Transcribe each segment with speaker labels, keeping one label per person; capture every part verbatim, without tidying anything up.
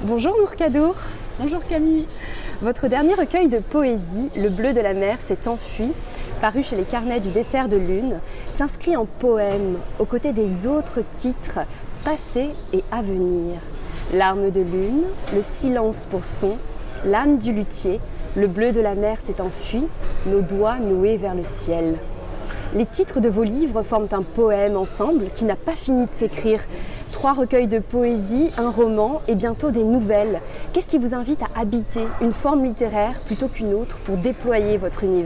Speaker 1: Bonjour Nourkadour.
Speaker 2: Bonjour Camille.
Speaker 1: Votre dernier recueil de poésie, Le bleu de la mer s'est enfui, paru chez les Carnets du dessert de lune, s'inscrit en poème aux côtés des autres titres passé et à venir. Larmes de lune, le silence pour son, l'âme du luthier, le bleu de la mer s'est enfui, nos doigts noués vers le ciel. Les titres de vos livres forment un poème ensemble qui n'a pas fini de s'écrire. Trois recueils de poésie, un roman et bientôt des nouvelles. Qu'est-ce qui vous invite à habiter une forme littéraire plutôt qu'une autre pour déployer votre univers ?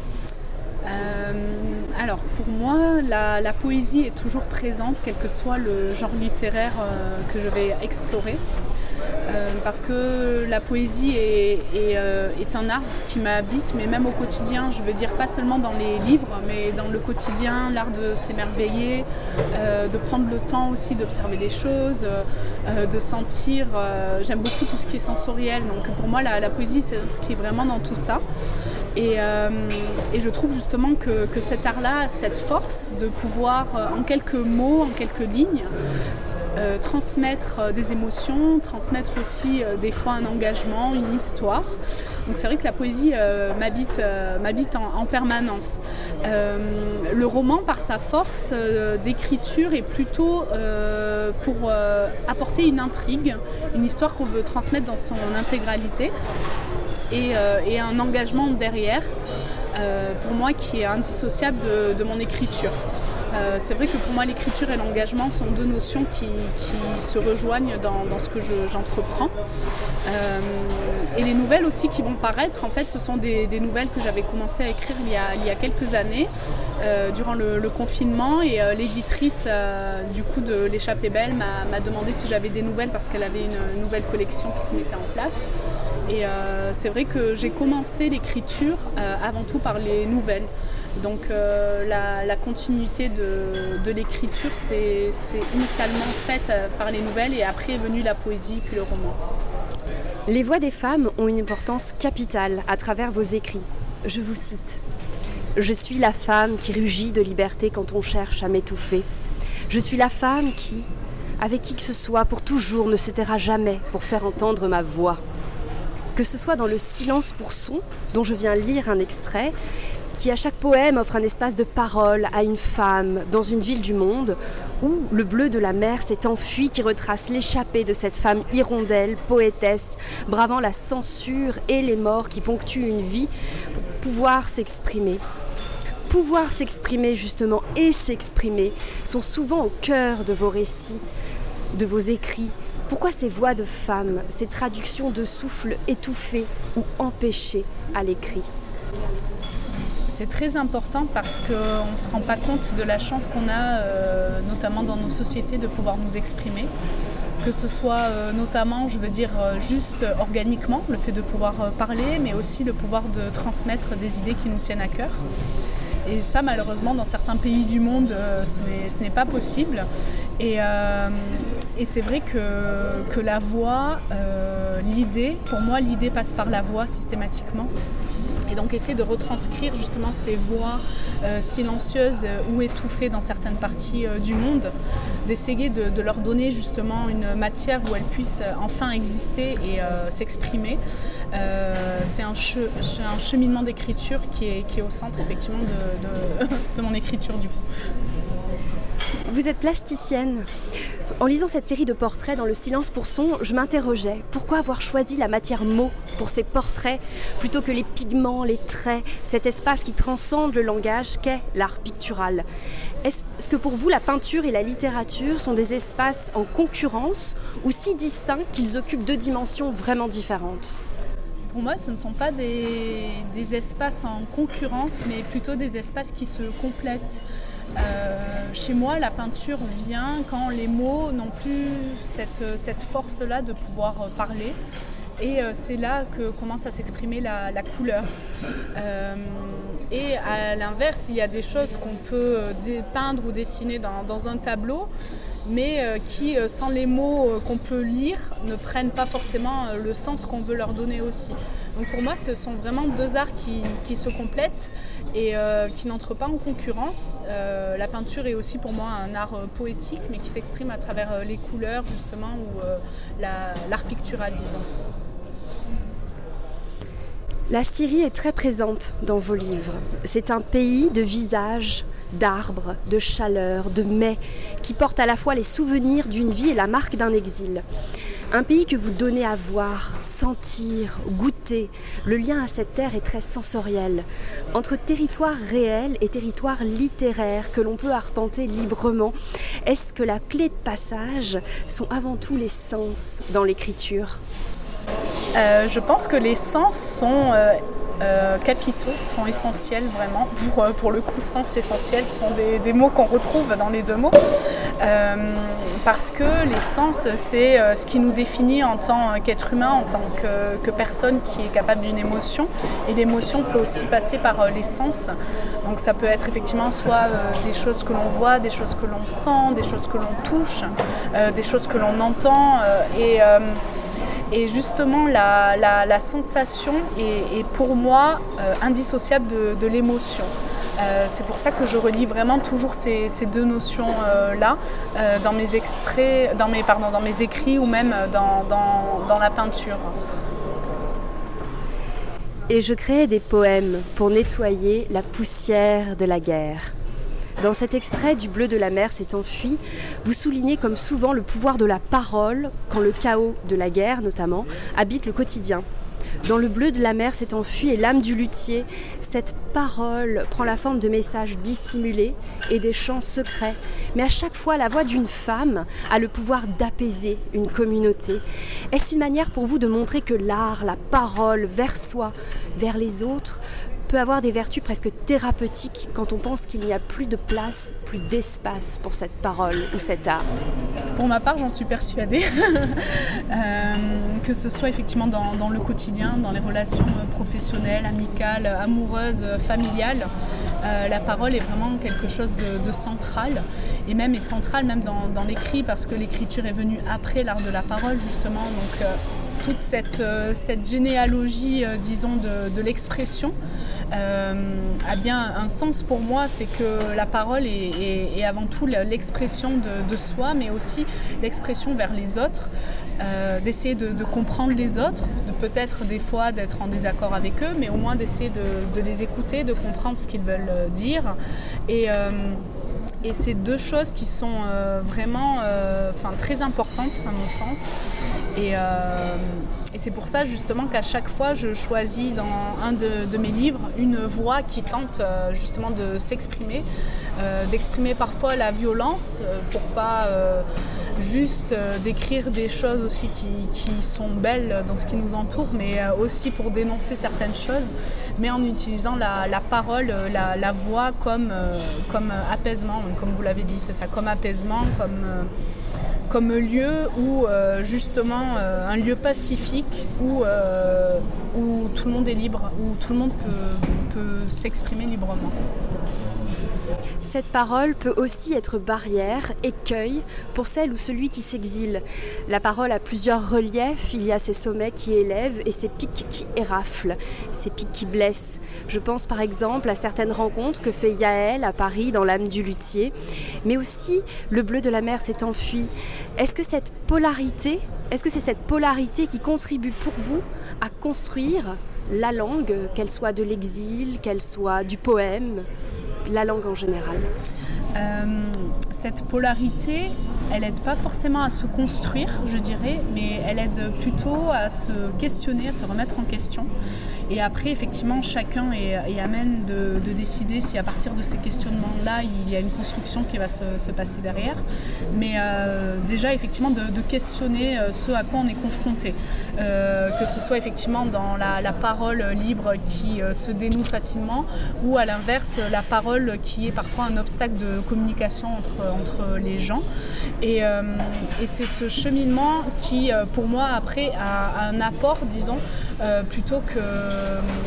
Speaker 2: Euh, alors pour moi, la, la poésie est toujours présente, quel que soit le genre littéraire euh, que je vais explorer. Euh, parce que la poésie est, est, euh, est un art qui m'habite, mais même au quotidien, je veux dire pas seulement dans les livres, mais dans le quotidien, l'art de s'émerveiller, euh, de prendre le temps aussi d'observer les choses, euh, de sentir. Euh, j'aime beaucoup tout ce qui est sensoriel, donc pour moi la, la poésie s'inscrit vraiment dans tout ça. Et, euh, et je trouve justement que, que cet art-là a cette force de pouvoir, en quelques mots, en quelques lignes, Euh, transmettre euh, des émotions, transmettre aussi euh, des fois un engagement, une histoire. Donc c'est vrai que la poésie euh, m'habite, euh, m'habite en, en permanence. Euh, le roman, par sa force euh, d'écriture, est plutôt euh, pour euh, apporter une intrigue, une histoire qu'on veut transmettre dans son intégralité et, euh, et un engagement derrière, euh, pour moi, qui est indissociable de, de mon écriture. Euh, c'est vrai que pour moi l'écriture et l'engagement sont deux notions qui, qui se rejoignent dans, dans ce que je, j'entreprends. Euh, et les nouvelles aussi qui vont paraître, en fait ce sont des, des nouvelles que j'avais commencé à écrire il y a, il y a quelques années, euh, durant le, le confinement, et euh, l'éditrice euh, du coup de l'Échappée Belle m'a, m'a demandé si j'avais des nouvelles parce qu'elle avait une nouvelle collection qui se mettait en place. Et euh, c'est vrai que j'ai commencé l'écriture euh, avant tout par les nouvelles. Donc euh, la, la continuité de, de l'écriture, c'est, c'est initialement faite par les nouvelles et après est venue la poésie puis le roman.
Speaker 1: Les voix des femmes ont une importance capitale à travers vos écrits. Je vous cite. « Je suis la femme qui rugit de liberté quand on cherche à m'étouffer. Je suis la femme qui, avec qui que ce soit, pour toujours ne se taira jamais pour faire entendre ma voix. Que ce soit dans le silence pour son, dont je viens lire un extrait, qui à chaque poème offre un espace de parole à une femme dans une ville du monde, où le bleu de la mer s'est enfui, qui retrace l'échappée de cette femme hirondelle, poétesse, bravant la censure et les morts qui ponctuent une vie pour pouvoir s'exprimer. Pouvoir s'exprimer justement et s'exprimer sont souvent au cœur de vos récits, de vos écrits. Pourquoi ces voix de femmes, ces traductions de souffle étouffé ou empêché à l'écrit ?
Speaker 2: C'est très important parce qu'on ne se rend pas compte de la chance qu'on a, euh, notamment dans nos sociétés, de pouvoir nous exprimer. Que ce soit euh, notamment, je veux dire, euh, juste organiquement, le fait de pouvoir euh, parler, mais aussi le pouvoir de transmettre des idées qui nous tiennent à cœur. Et ça, malheureusement, dans certains pays du monde, euh, ce, n'est, ce n'est pas possible. Et, euh, et c'est vrai que, que la voix, euh, l'idée, pour moi, l'idée passe par la voix systématiquement. Et donc essayer de retranscrire justement ces voix euh, silencieuses euh, ou étouffées dans certaines parties euh, du monde, d'essayer de, de leur donner justement une matière où elles puissent euh, enfin exister et euh, s'exprimer. Euh, c'est un, che, un cheminement d'écriture qui est, qui est au centre effectivement de, de, de mon écriture du coup.
Speaker 1: Vous êtes plasticienne. En lisant cette série de portraits dans Le silence pour son, je m'interrogeais. Pourquoi avoir choisi la matière mot pour ces portraits plutôt que les pigments, les traits, cet espace qui transcende le langage qu'est l'art pictural ? Est-ce que pour vous, la peinture et la littérature sont des espaces en concurrence ou si distincts qu'ils occupent deux dimensions vraiment différentes ?
Speaker 2: Pour moi, ce ne sont pas des, des espaces en concurrence, mais plutôt des espaces qui se complètent. Euh, chez moi, la peinture vient quand les mots n'ont plus cette, cette force-là de pouvoir parler. Et euh, c'est là que commence à s'exprimer la, la couleur. Euh, et à l'inverse, il y a des choses qu'on peut peindre ou dessiner dans, dans un tableau, mais euh, qui, sans les mots qu'on peut lire, ne prennent pas forcément le sens qu'on veut leur donner aussi. Donc pour moi, ce sont vraiment deux arts qui, qui se complètent et euh, qui n'entrent pas en concurrence. Euh, la peinture est aussi pour moi un art euh, poétique, mais qui s'exprime à travers euh, les couleurs justement ou euh, la, l'art pictural, disons.
Speaker 1: La Syrie est très présente dans vos livres. C'est un pays de visages, d'arbres, de chaleur, de mets, qui porte à la fois les souvenirs d'une vie et la marque d'un exil. Un pays que vous donnez à voir, sentir, goûter. Le lien à cette terre est très sensoriel. Entre territoire réel et territoire littéraire que l'on peut arpenter librement, est-ce que la clé de passage sont avant tout les sens dans l'écriture ?
Speaker 2: Euh, je pense que les sens sont euh, euh, capitaux, sont essentiels vraiment. Pour, euh, pour le coup, sens essentiels, ce sont des, des mots qu'on retrouve dans les deux mots. Euh, parce que les sens, c'est euh, ce qui nous définit en tant qu'être humain, en tant que, que personne qui est capable d'une émotion. Et l'émotion peut aussi passer par euh, les sens. Donc ça peut être effectivement soit euh, des choses que l'on voit, des choses que l'on sent, des choses que l'on touche, euh, des choses que l'on entend. Euh, et... Euh, Et justement, la, la, la sensation est, est pour moi euh, indissociable de, de l'émotion. Euh, c'est pour ça que je relie vraiment toujours ces, ces deux notions-là euh, euh, dans mes extraits, dans mes, pardon, dans mes écrits ou même dans, dans, dans la peinture.
Speaker 1: Et je créais des poèmes pour nettoyer la poussière de la guerre. Dans cet extrait du Bleu de la mer s'est enfui, vous soulignez comme souvent le pouvoir de la parole, quand le chaos de la guerre notamment habite le quotidien. Dans le Bleu de la mer s'est enfui et l'âme du luthier, cette parole prend la forme de messages dissimulés et des chants secrets. Mais à chaque fois, la voix d'une femme a le pouvoir d'apaiser une communauté. Est-ce une manière pour vous de montrer que l'art, la parole, vers soi, vers les autres, peut avoir des vertus presque thérapeutiques quand on pense qu'il n'y a plus de place, plus d'espace pour cette parole ou cet art?
Speaker 2: Pour ma part, j'en suis persuadée, euh, que ce soit effectivement dans, dans le quotidien, dans les relations professionnelles, amicales, amoureuses, familiales, euh, la parole est vraiment quelque chose de, de central. Et même est central même dans, dans l'écrit, parce que l'écriture est venue après l'art de la parole justement. Donc euh, toute cette, euh, cette généalogie, euh, disons, de, de l'expression euh, a bien un sens pour moi. C'est que la parole est, est, est avant tout l'expression de, de soi, mais aussi l'expression vers les autres, euh, d'essayer de, de comprendre les autres, de peut-être des fois d'être en désaccord avec eux, mais au moins d'essayer de, de les écouter, de comprendre ce qu'ils veulent dire. Et euh, Et c'est deux choses qui sont euh, vraiment euh, enfin, très importantes à mon sens. Et, euh, et c'est pour ça justement qu'à chaque fois je choisis dans un de, de mes livres une voix qui tente euh, justement de s'exprimer, euh, d'exprimer parfois la violence euh, pour pas euh, juste euh, d'écrire des choses aussi qui, qui sont belles dans ce qui nous entoure, mais euh, aussi pour dénoncer certaines choses, mais en utilisant la, la parole, la, la voix comme, euh, comme apaisement, comme vous l'avez dit, c'est ça, comme apaisement, comme, euh, comme lieu où euh, justement euh, un lieu pacifique où, euh, où tout le monde est libre, où tout le monde peut, peut s'exprimer librement.
Speaker 1: Cette parole peut aussi être barrière, écueil pour celle ou celui qui s'exile. La parole a plusieurs reliefs, il y a ses sommets qui élèvent et ses pics qui éraflent, ses pics qui blessent. Je pense par exemple à certaines rencontres que fait Yaël à Paris dans l'âme du luthier, mais aussi le bleu de la mer s'est enfui. Est-ce que cette polarité, est-ce que c'est cette polarité qui contribue pour vous à construire la langue, qu'elle soit de l'exil, qu'elle soit du poème, la langue en général?
Speaker 2: Euh, cette polarité, elle aide pas forcément à se construire, je dirais, mais elle aide plutôt à se questionner, à se remettre en question. Et après, effectivement, chacun est, est amène de, de décider si à partir de ces questionnements-là, il y a une construction qui va se, se passer derrière. Mais euh, déjà, effectivement, de, de questionner ce à quoi on est confronté. Euh, que ce soit effectivement dans la, la parole libre qui euh, se dénoue facilement, ou à l'inverse, la parole qui est parfois un obstacle de communication entre, entre les gens. Et, euh, et c'est ce cheminement qui, pour moi, après, a, a un apport, disons, euh, plutôt que,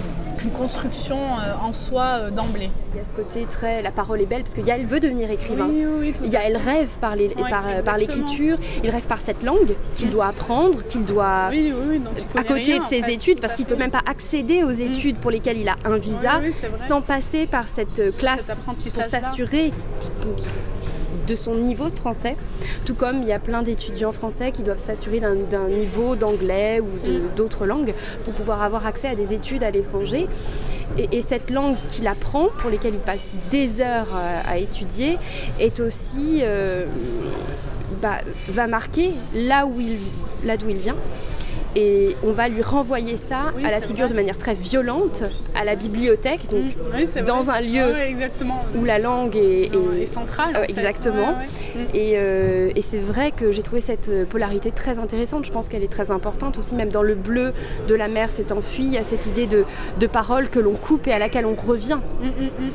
Speaker 2: une construction euh, en soi euh, d'emblée.
Speaker 1: Il y a ce côté très, la parole est belle, parce que Yaël veut devenir écrivain.
Speaker 2: Oui, oui, tout
Speaker 1: Yaël rêve par, les,
Speaker 2: ouais,
Speaker 1: par, par l'écriture, il rêve par cette langue qu'il mmh. doit apprendre, qu'il doit,
Speaker 2: oui, oui, oui, donc
Speaker 1: à côté
Speaker 2: rien,
Speaker 1: de ses
Speaker 2: fait,
Speaker 1: études, parce qu'il ne peut même pas accéder aux études mmh. pour lesquelles il a un visa,
Speaker 2: oui, oui,
Speaker 1: sans passer par cette classe pour s'assurer qu'il, qu'il, de son niveau de français, tout comme il y a plein d'étudiants français qui doivent s'assurer d'un, d'un niveau d'anglais ou de, d'autres langues pour pouvoir avoir accès à des études à l'étranger. Et, et cette langue qu'il apprend, pour lesquelles il passe des heures à, à étudier, est aussi euh, bah, va marquer là où il, là d'où il vient. Et on va lui renvoyer ça oui, à la figure vrai. de manière très violente, à la bibliothèque, donc mmh. oui, dans vrai. un lieu
Speaker 2: ah, ouais,
Speaker 1: où la langue est,
Speaker 2: est... est centrale.
Speaker 1: Euh, exactement.
Speaker 2: Ouais, ouais.
Speaker 1: Et, euh, et c'est vrai que j'ai trouvé cette polarité très intéressante. Je pense qu'elle est très importante aussi, même dans le bleu de la mer s'est enfui. Il y a cette idée de, de parole que l'on coupe et à laquelle on revient.
Speaker 2: Mmh, mmh, mmh.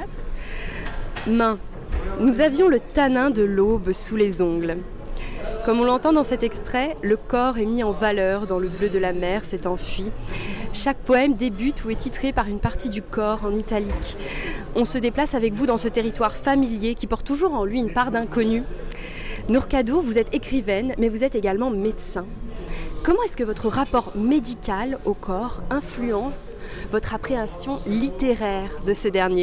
Speaker 2: Ah,
Speaker 1: Main. Nous avions le tanin de l'aube sous les ongles. Comme on l'entend dans cet extrait, le corps est mis en valeur dans le bleu de la mer, s'est enfui. Chaque poème débute ou est titré par une partie du corps en italique. On se déplace avec vous dans ce territoire familier qui porte toujours en lui une part d'inconnu. Nour Kadour, vous êtes écrivaine, mais vous êtes également médecin. Comment est-ce que votre rapport médical au corps influence votre appréhension littéraire de ce dernier ?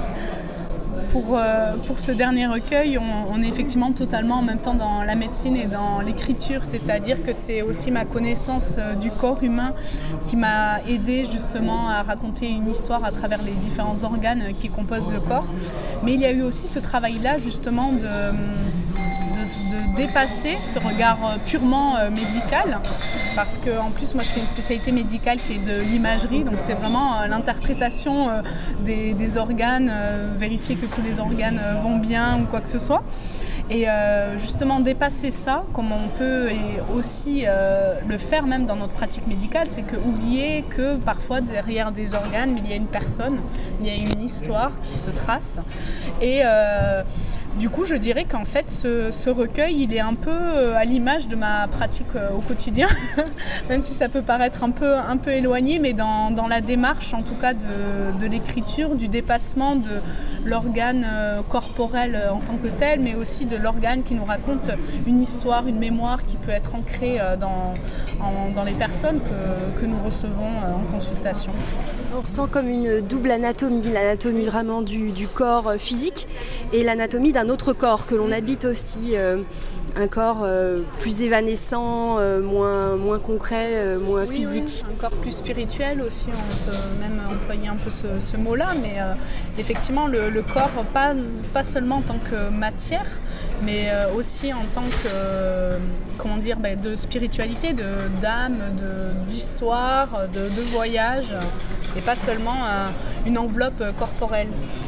Speaker 2: Pour, euh, pour ce dernier recueil, on, on est effectivement totalement en même temps dans la médecine et dans l'écriture, c'est-à-dire que c'est aussi ma connaissance euh, du corps humain qui m'a aidé justement à raconter une histoire à travers les différents organes qui composent le corps. Mais il y a eu aussi ce travail-là justement de... De, de dépasser ce regard purement euh, médical, parce qu'en plus moi je fais une spécialité médicale qui est de l'imagerie, donc c'est vraiment euh, l'interprétation euh, des, des organes, euh, vérifier que tous les organes euh, vont bien ou quoi que ce soit. Et euh, justement dépasser ça, comme on peut et aussi euh, le faire même dans notre pratique médicale, c'est que oublier que parfois derrière des organes, il y a une personne, il y a une histoire qui se trace. Et euh, du coup, je dirais qu'en fait, ce, ce recueil, il est un peu à l'image de ma pratique au quotidien, même si ça peut paraître un peu, un peu éloigné, mais dans, dans la démarche, en tout cas, de, de l'écriture, du dépassement de l'organe corporel en tant que tel, mais aussi de l'organe qui nous raconte une histoire, une mémoire qui peut être ancrée dans, en, dans les personnes que, que nous recevons en consultation.
Speaker 1: On ressent comme une double anatomie, l'anatomie vraiment du, du corps physique et l'anatomie d'un autre corps que l'on habite aussi, euh, un corps euh, plus évanescent, euh, moins, moins concret, euh, moins
Speaker 2: oui,
Speaker 1: physique.
Speaker 2: Oui, un corps plus spirituel aussi, on peut même employer un peu ce, ce mot-là, mais euh, effectivement le, le corps, pas, pas seulement en tant que matière, mais euh, aussi en tant que, euh, comment dire, bah, de spiritualité, de, d'âme, de, d'histoire, de, de voyage, et pas seulement euh, une enveloppe corporelle.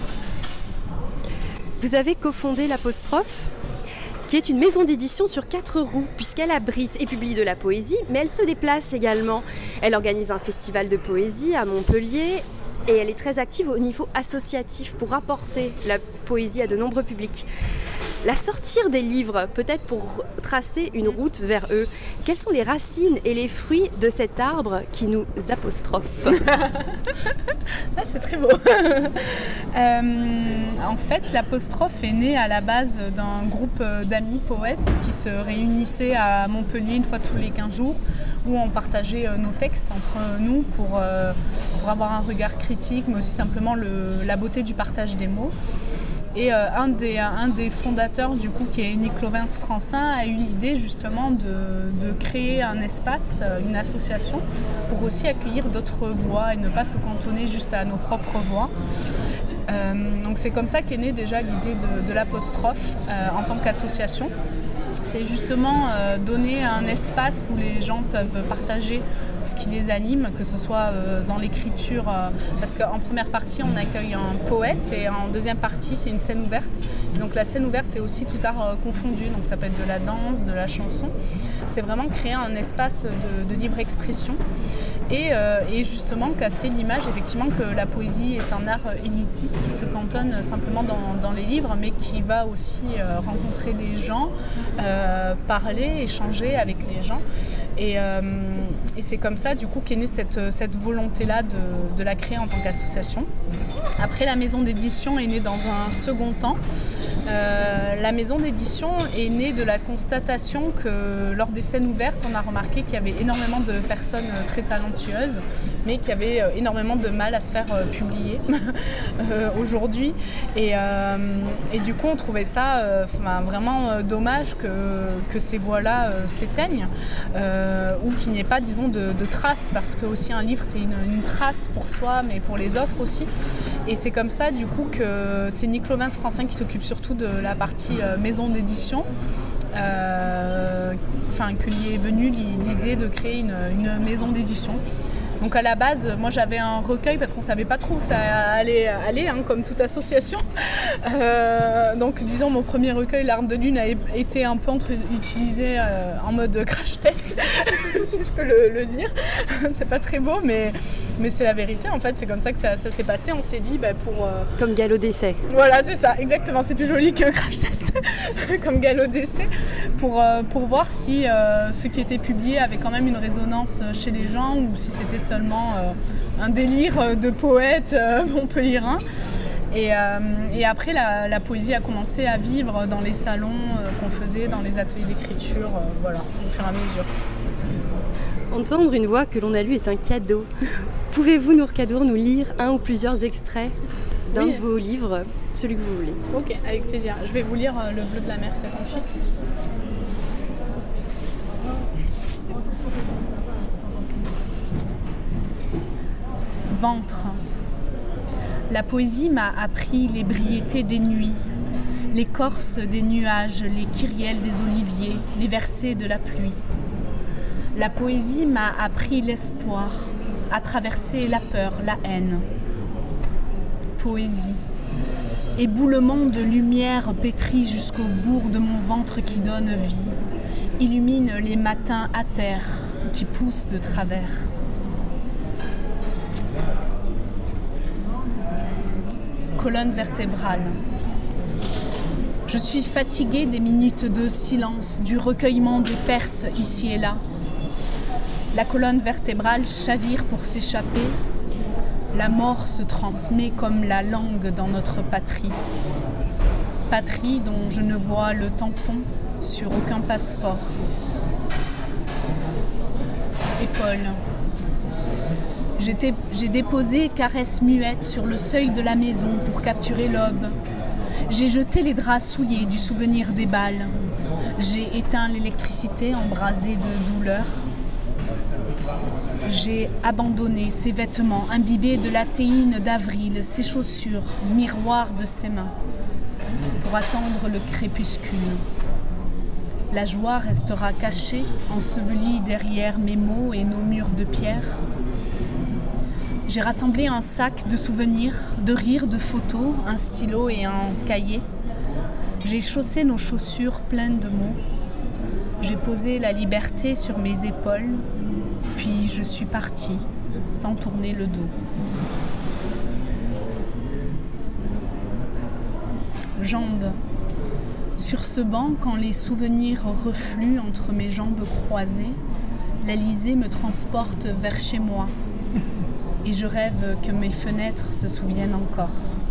Speaker 1: Vous avez cofondé l'Apostrophe, qui est une maison d'édition sur quatre roues, puisqu'elle abrite et publie de la poésie, mais elle se déplace également. Elle organise un festival de poésie à Montpellier et elle est très active au niveau associatif pour apporter la poésie à de nombreux publics. La sortir des livres, peut-être pour tracer une route vers eux. Quelles sont les racines et les fruits de cet arbre qui nous apostrophe ?
Speaker 2: Ah, c'est très beau. euh, en fait, l'apostrophe est née à la base d'un groupe d'amis poètes qui se réunissaient à Montpellier une fois tous les quinze jours, où on partageait nos textes entre nous pour, euh, pour avoir un regard critique, mais aussi simplement le, la beauté du partage des mots. Et euh, un, des, un des fondateurs, du coup, qui est Nick Lovens-Francin, a eu l'idée justement de, de créer un espace, une association, pour aussi accueillir d'autres voix et ne pas se cantonner juste à nos propres voix. Euh, donc c'est comme ça qu'est née déjà l'idée de, de l'apostrophe euh, en tant qu'association. C'est justement euh, donner un espace où les gens peuvent partager ce qui les anime, que ce soit euh, dans l'écriture, euh, parce qu'en première partie on accueille un poète et en deuxième partie c'est une scène ouverte. Et donc la scène ouverte est aussi tout art euh, confondu, donc ça peut être de la danse, de la chanson. C'est vraiment créer un espace de, de libre expression. Et, euh, et justement casser l'image effectivement que la poésie est un art élitiste qui se cantonne simplement dans, dans les livres, mais qui va aussi euh, rencontrer des gens, euh, parler, échanger avec les, les gens. Et, euh, et c'est comme ça du coup qu'est née cette, cette volonté-là de, de la créer en tant qu'association. Après, la maison d'édition est née dans un second temps. Euh, la maison d'édition est née de la constatation que lors des scènes ouvertes, on a remarqué qu'il y avait énormément de personnes très talentueuses, mais qui avaient énormément de mal à se faire publier euh, aujourd'hui. Et, euh, et du coup, on trouvait ça euh, vraiment dommage que, que ces voix-là euh, s'éteignent, euh, ou qu'il n'y ait pas, disons, de, de traces, parce que aussi un livre, c'est une, une trace pour soi, mais pour les autres aussi. Et c'est comme ça, du coup, que c'est Nicolas Vince-Francin qui s'occupe surtout de la partie euh, maison d'édition, euh, enfin, que lui est venue l'idée de créer une, une maison d'édition. Donc à la base, moi j'avais un recueil parce qu'on ne savait pas trop où ça allait aller, hein, comme toute association. Euh, donc disons, mon premier recueil, L'Arme de Lune, a été un peu entre, utilisé euh, en mode crash test, si je peux le, le dire. C'est pas très beau, mais, mais c'est la vérité. En fait, c'est comme ça que ça, ça s'est passé. On s'est dit, bah, pour... Euh...
Speaker 1: Comme galop d'essai.
Speaker 2: Voilà, c'est ça, exactement. C'est plus joli que crash test, comme galop d'essai, pour, euh, pour voir si euh, ce qui était publié avait quand même une résonance chez les gens, ou si c'était seulement euh, un délire de poète euh, montpelliérain. Et, euh, et après, la, la poésie a commencé à vivre dans les salons euh, qu'on faisait, dans les ateliers d'écriture, euh, voilà, au fur et à mesure.
Speaker 1: Entendre une voix que l'on a lue est un cadeau. Pouvez-vous, Nourkadour, nous lire un ou plusieurs extraits d'un oui. de vos livres, celui que vous voulez?
Speaker 2: Ok, avec plaisir. Je vais vous lire euh, Le bleu de la mer, cette amphi. Ventre. La poésie m'a appris l'ébriété des nuits, l'écorce des nuages, les kyrielles des oliviers, les versets de la pluie. La poésie m'a appris l'espoir, à traverser la peur, la haine. Poésie. Éboulement de lumière pétrie jusqu'au bourg de mon ventre qui donne vie, illumine les matins à terre qui poussent de travers. Colonne vertébrale. Je suis fatiguée des minutes de silence, du recueillement des pertes ici et là. La colonne vertébrale chavire pour s'échapper. La mort se transmet comme la langue dans notre patrie. Patrie dont je ne vois le tampon sur aucun passeport. Épaule. J'étais, j'ai déposé caresse muette sur le seuil de la maison pour capturer l'aube. J'ai jeté les draps souillés du souvenir des balles. J'ai éteint l'électricité embrasée de douleur. J'ai abandonné ses vêtements imbibés de la théine d'avril, ses chaussures, miroir de ses mains, pour attendre le crépuscule. La joie restera cachée, ensevelie derrière mes mots et nos murs de pierre. J'ai rassemblé un sac de souvenirs, de rires, de photos, un stylo et un cahier. J'ai chaussé nos chaussures pleines de mots. J'ai posé la liberté sur mes épaules, puis je suis partie, sans tourner le dos. Jambes. Sur ce banc, quand les souvenirs refluent entre mes jambes croisées, l'Alizé me transporte vers chez moi. Et je rêve que mes fenêtres se souviennent encore.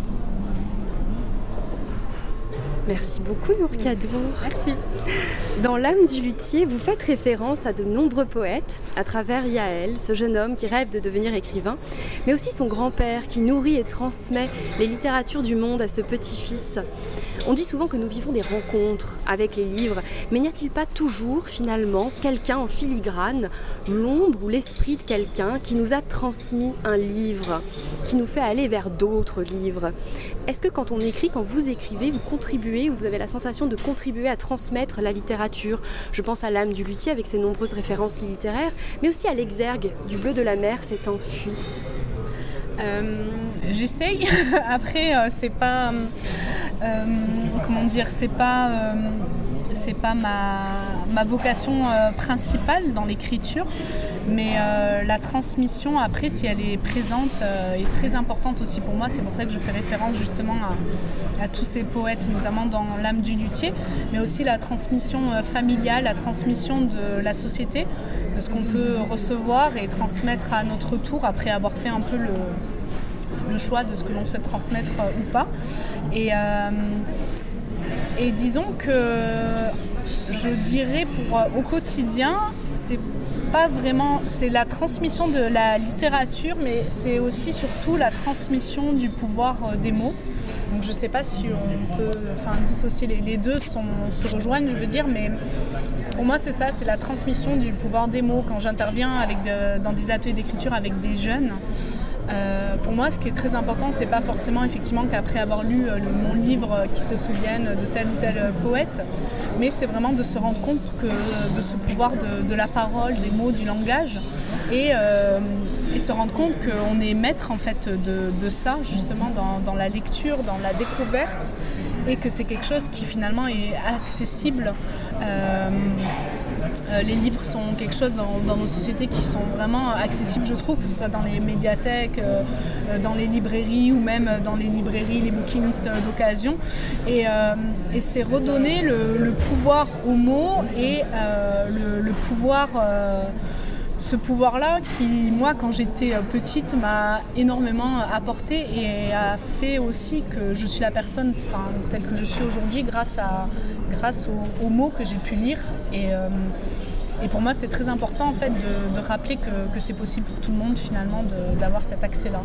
Speaker 1: Merci beaucoup, Nourkadour.
Speaker 2: Merci.
Speaker 1: Dans L'âme du luthier, vous faites référence à de nombreux poètes, à travers Yaël, ce jeune homme qui rêve de devenir écrivain, mais aussi son grand-père qui nourrit et transmet les littératures du monde à ce petit-fils. On dit souvent que nous vivons des rencontres avec les livres, mais n'y a-t-il pas toujours, finalement, quelqu'un en filigrane, l'ombre ou l'esprit de quelqu'un qui nous a transmis un livre, qui nous fait aller vers d'autres livres? Est-ce que quand on écrit, quand vous écrivez, vous contribuez ou vous avez la sensation de contribuer à transmettre la littérature? Je pense à L'âme du luthier avec ses nombreuses références littéraires, mais aussi à L'exergue du bleu de la mer s'est enfui.
Speaker 2: Euh, j'essaye. Après, euh, c'est pas... Euh, comment dire, c'est pas... Euh, c'est pas ma, ma vocation euh, principale dans l'écriture, mais euh, la transmission, après, si elle est présente, euh, est très importante aussi pour moi. C'est pour ça que je fais référence justement à, à tous ces poètes, notamment dans L'âme du luthier, mais aussi la transmission euh, familiale, la transmission de la société, de ce qu'on peut recevoir et transmettre à notre tour après avoir fait un peu le, le choix de ce que l'on souhaite transmettre euh, ou pas. Et, euh, et disons que je dirais pour euh, au quotidien, c'est pas vraiment, c'est la transmission de la littérature, mais c'est aussi surtout la transmission du pouvoir euh, des mots. Donc je ne sais pas si on peut enfin, dissocier les, les deux, sont, se rejoignent, je veux dire, mais pour moi c'est ça, c'est la transmission du pouvoir des mots. Quand j'interviens avec de, dans des ateliers d'écriture avec des jeunes, euh, pour moi ce qui est très important, c'est pas forcément effectivement qu'après avoir lu euh, le, mon livre, euh, qu'ils se souviennent de tel ou tel euh, poète, mais c'est vraiment de se rendre compte que, de ce pouvoir de, de la parole, des mots, du langage, et, euh, et se rendre compte qu'on est maître en fait de, de ça justement dans, dans la lecture, dans la découverte, et que c'est quelque chose qui finalement est accessible. Euh, euh, les livres sont quelque chose dans, dans nos sociétés qui sont vraiment accessibles, je trouve, que ce soit dans les médiathèques, euh, dans les librairies ou même dans les librairies, les bouquinistes d'occasion. Et, euh, et c'est redonner le, le pouvoir aux mots et euh, le, le pouvoir... Euh, ce pouvoir-là qui, moi, quand j'étais petite, m'a énormément apporté et a fait aussi que je suis la personne enfin, telle que je suis aujourd'hui grâce, à, grâce aux, aux mots que j'ai pu lire. Et, euh, et pour moi, c'est très important en fait, de, de rappeler que, que c'est possible pour tout le monde, finalement, de, d'avoir cet accès-là.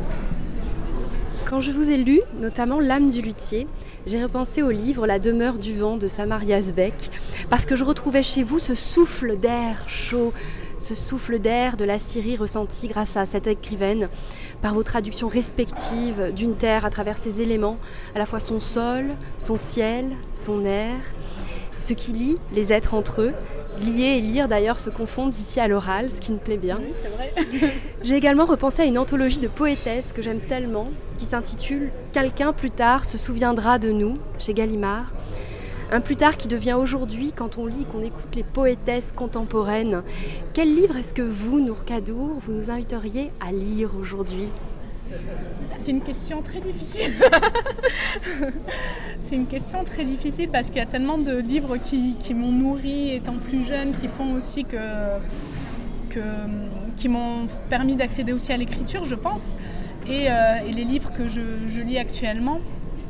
Speaker 1: Quand je vous ai lu, notamment L'âme du luthier, j'ai repensé au livre La demeure du vent de Samar Yazbek, parce que je retrouvais chez vous ce souffle d'air chaud, ce souffle d'air de la Syrie ressenti grâce à cette écrivaine, par vos traductions respectives d'une terre à travers ses éléments, à la fois son sol, son ciel, son air. Ce qui lie les êtres entre eux, lier et lire d'ailleurs se confondent ici à l'oral, ce qui me plaît bien.
Speaker 2: Oui, c'est vrai.
Speaker 1: J'ai également repensé à une anthologie de poétesses que j'aime tellement, qui s'intitule « Quelqu'un plus tard se souviendra de nous » chez Gallimard. Un plus tard qui devient aujourd'hui quand on lit, qu'on écoute les poétesses contemporaines. Quel livre est-ce que vous, Nour Kadour, vous nous inviteriez à lire aujourd'hui ?
Speaker 2: C'est une question très difficile. C'est une question très difficile parce qu'il y a tellement de livres qui, qui m'ont nourri étant plus jeune, qui font aussi que, que qui m'ont permis d'accéder aussi à l'écriture, je pense. Et, euh, et les livres que je, je lis actuellement.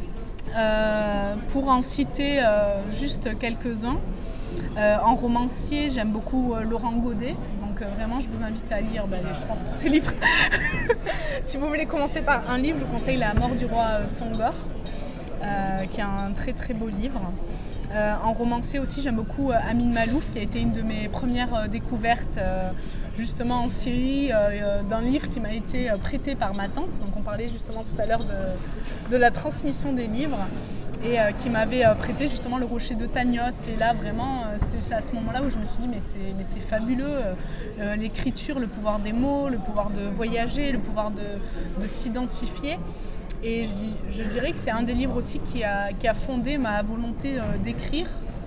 Speaker 2: Euh, pour en citer euh, juste quelques-uns, euh, en romancier, j'aime beaucoup euh, Laurent Godet, donc euh, vraiment je vous invite à lire, ben, je pense, tous ses livres. Si vous voulez commencer par un livre, je vous conseille La mort du roi de Songor, euh, qui est un très très beau livre. Euh, en romancier aussi, j'aime beaucoup euh, Amin Malouf, qui a été une de mes premières euh, découvertes euh, justement en Syrie, euh, d'un livre qui m'a été euh, prêté par ma tante. Donc on parlait justement tout à l'heure de, de la transmission des livres et euh, qui m'avait euh, prêté justement Le Rocher de Tagnos. Et là vraiment, euh, c'est, c'est à ce moment-là où je me suis dit mais c'est, mais c'est fabuleux, euh, l'écriture, le pouvoir des mots, le pouvoir de voyager, le pouvoir de, de s'identifier. Et je, dis, je dirais que c'est un des livres aussi qui a, qui a fondé ma volonté euh, d'écrire.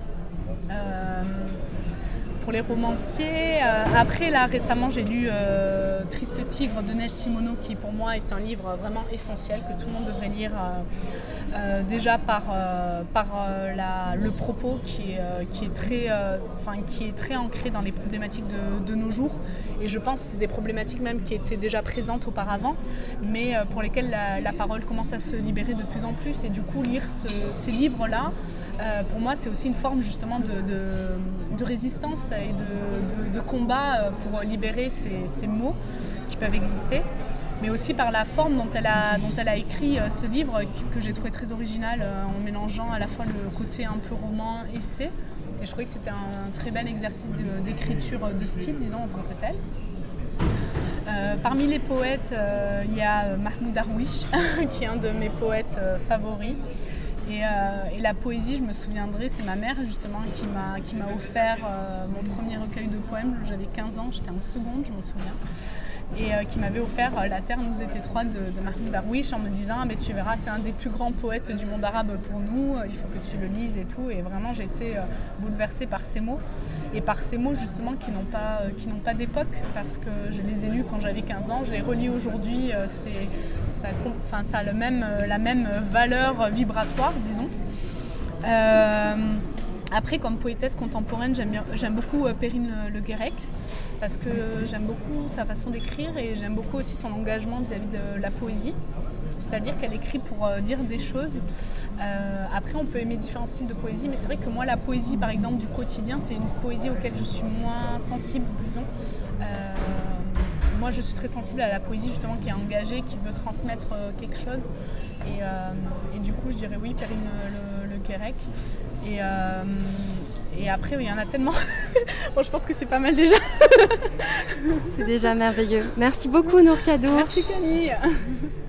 Speaker 2: Euh, pour les romanciers. Euh, après, là, récemment, j'ai lu euh, Triste Tigre de Neige Simoneau, qui pour moi est un livre vraiment essentiel, que tout le monde devrait lire. Euh, euh, déjà par, euh, par euh, la, le propos qui est, euh, qui, est très, euh, qui est très ancré dans les problématiques de, de nos jours. Et je pense que c'est des problématiques même qui étaient déjà présentes auparavant, mais euh, pour lesquelles la, la parole commence à se libérer de plus en plus. Et du coup, lire ce, ces livres-là, euh, pour moi, c'est aussi une forme justement de, de, de résistance et de, de, de combat pour libérer ces, ces mots qui peuvent exister. Mais aussi par la forme dont elle a, dont elle a écrit euh, ce livre, que j'ai trouvé très original, euh, en mélangeant à la fois le côté un peu roman, essai. Et je trouvais que c'était un, un très bel exercice de, d'écriture de style, disons, en tant que tel. Euh, parmi les poètes, euh, il y a Mahmoud Darwish, qui est un de mes poètes euh, favoris, Et, euh, et la poésie, je me souviendrai, c'est ma mère justement qui m'a, qui m'a offert euh, mon premier recueil de poèmes. J'avais quinze ans, j'étais en seconde, je me souviens. Et euh, qui m'avait offert euh, La Terre nous était trois de, de Mahmoud Darwish en me disant ah, mais tu verras, c'est un des plus grands poètes du monde arabe pour nous, il faut que tu le lises et tout. Et vraiment j'étais euh, bouleversée par ces mots et par ces mots justement qui n'ont pas, euh, qui n'ont pas d'époque, parce que je les ai lus quand j'avais quinze ans, je les relis aujourd'hui, euh, c'est, ça, enfin, ça a le même, euh, la même valeur vibratoire, disons. Euh, après, comme poétesse contemporaine, j'aime, bien, j'aime beaucoup euh, Perrine Le, Le Guirec, parce que j'aime beaucoup sa façon d'écrire et j'aime beaucoup aussi son engagement vis-à-vis de la poésie. C'est-à-dire qu'elle écrit pour euh, dire des choses. Euh, après, on peut aimer différents styles de poésie, mais c'est vrai que moi, la poésie, par exemple, du quotidien, c'est une poésie auquel je suis moins sensible, disons. Euh, moi, je suis très sensible à la poésie, justement, qui est engagée, qui veut transmettre euh, quelque chose. Et, euh, et du coup, je dirais oui, Perrine Le, Le Guirec. Et, euh, et après, il y en a tellement. Bon, je pense que c'est pas mal déjà.
Speaker 1: C'est déjà merveilleux. Merci beaucoup, Nour Kadour.
Speaker 2: Merci, Camille.